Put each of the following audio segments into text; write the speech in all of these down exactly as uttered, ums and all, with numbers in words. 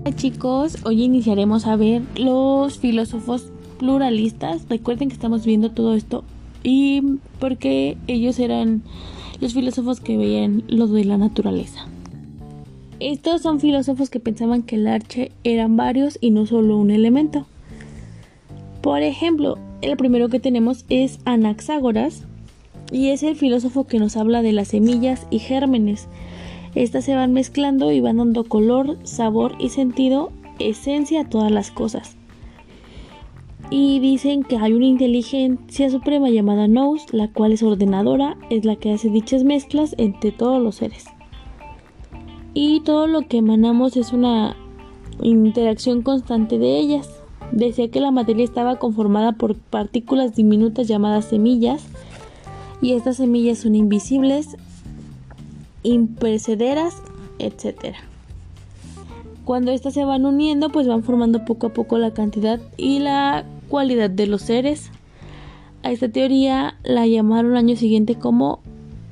Hola chicos, hoy iniciaremos a ver los filósofos pluralistas. Recuerden que estamos viendo todo esto y porque ellos eran los filósofos que veían lo de la naturaleza. Estos son filósofos que pensaban que el arte eran varios y no solo un elemento. Por ejemplo, el primero que tenemos es Anaxágoras y es el filósofo que nos habla de las semillas y gérmenes. Estas se van mezclando y van dando color, sabor y sentido, esencia a todas las cosas. Y dicen que hay una inteligencia suprema llamada Nous, la cual es ordenadora, es la que hace dichas mezclas entre todos los seres. Y todo lo que emanamos es una interacción constante de ellas. Decía que la materia estaba conformada por partículas diminutas llamadas semillas, y estas semillas son invisibles, imperecederas, etcétera. Cuando estas se van uniendo, pues van formando poco a poco la cantidad y la cualidad de los seres. A esta teoría la llamaron al año siguiente como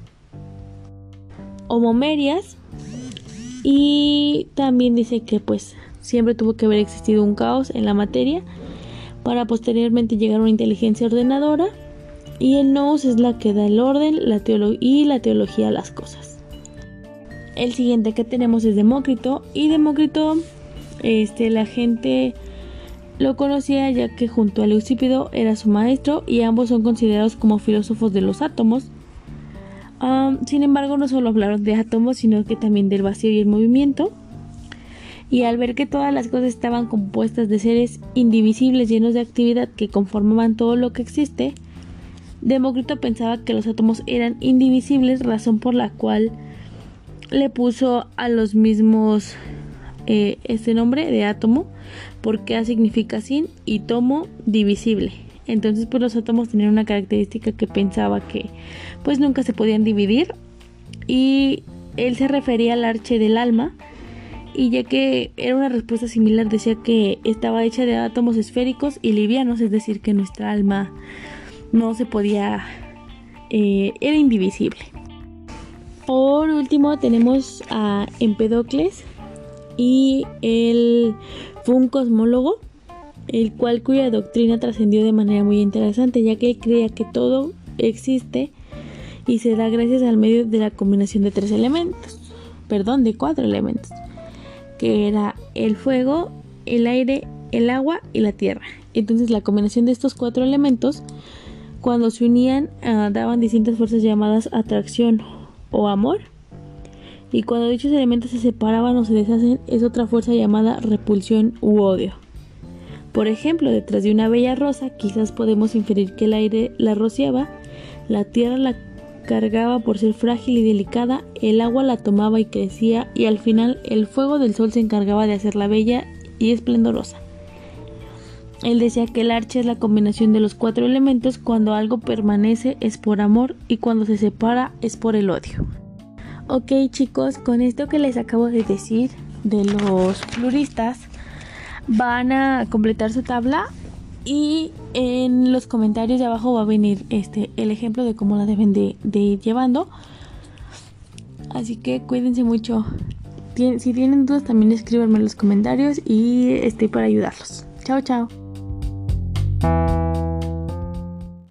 homomerias, y también dice que pues siempre tuvo que haber existido un caos en la materia para posteriormente llegar a una inteligencia ordenadora, y el nous es la que da el orden la teolo- y la teología a las cosas. El siguiente que tenemos es Demócrito, y Demócrito este, la gente lo conocía ya que junto a Leucípido era su maestro, y ambos son considerados como filósofos de los átomos. Um, sin embargo, no solo hablaron de átomos, sino que también del vacío y el movimiento. Y al ver que todas las cosas estaban compuestas de seres indivisibles llenos de actividad que conformaban todo lo que existe, Demócrito pensaba que los átomos eran indivisibles, razón por la cual le puso a los mismos eh, este nombre de átomo, porque A significa sin y tomo divisible. Entonces pues los átomos tenían una característica que pensaba que pues nunca se podían dividir, y él se refería al arche del alma, y ya que era una respuesta similar, decía que estaba hecha de átomos esféricos y livianos, es decir que nuestra alma no se podía, eh, era indivisible. Por último tenemos a Empedocles, y él fue un cosmólogo, el cual cuya doctrina trascendió de manera muy interesante, ya que él creía que todo existe y se da gracias al medio de la combinación de tres elementos, perdón, de cuatro elementos, que era el fuego, el aire, el agua y la tierra. Entonces la combinación de estos cuatro elementos, cuando se unían, uh, daban distintas fuerzas llamadas atracción o amor, y cuando dichos elementos se separaban o se deshacen, es otra fuerza llamada repulsión u odio. Por ejemplo, detrás de una bella rosa quizás podemos inferir que el aire la rociaba, la tierra la cargaba por ser frágil y delicada, el agua la tomaba y crecía, y al final el fuego del sol se encargaba de hacerla bella y esplendorosa. Él decía que el arche es la combinación de los cuatro elementos. Cuando algo permanece es por amor, y cuando se separa es por el odio. Ok chicos, con esto que les acabo de decir de los pluristas, van a completar su tabla, y en los comentarios de abajo va a venir este el ejemplo de cómo la deben de, de ir llevando. Así que cuídense mucho. Si tienen dudas también escríbanme en los comentarios, y estoy para ayudarlos. Chao, chao.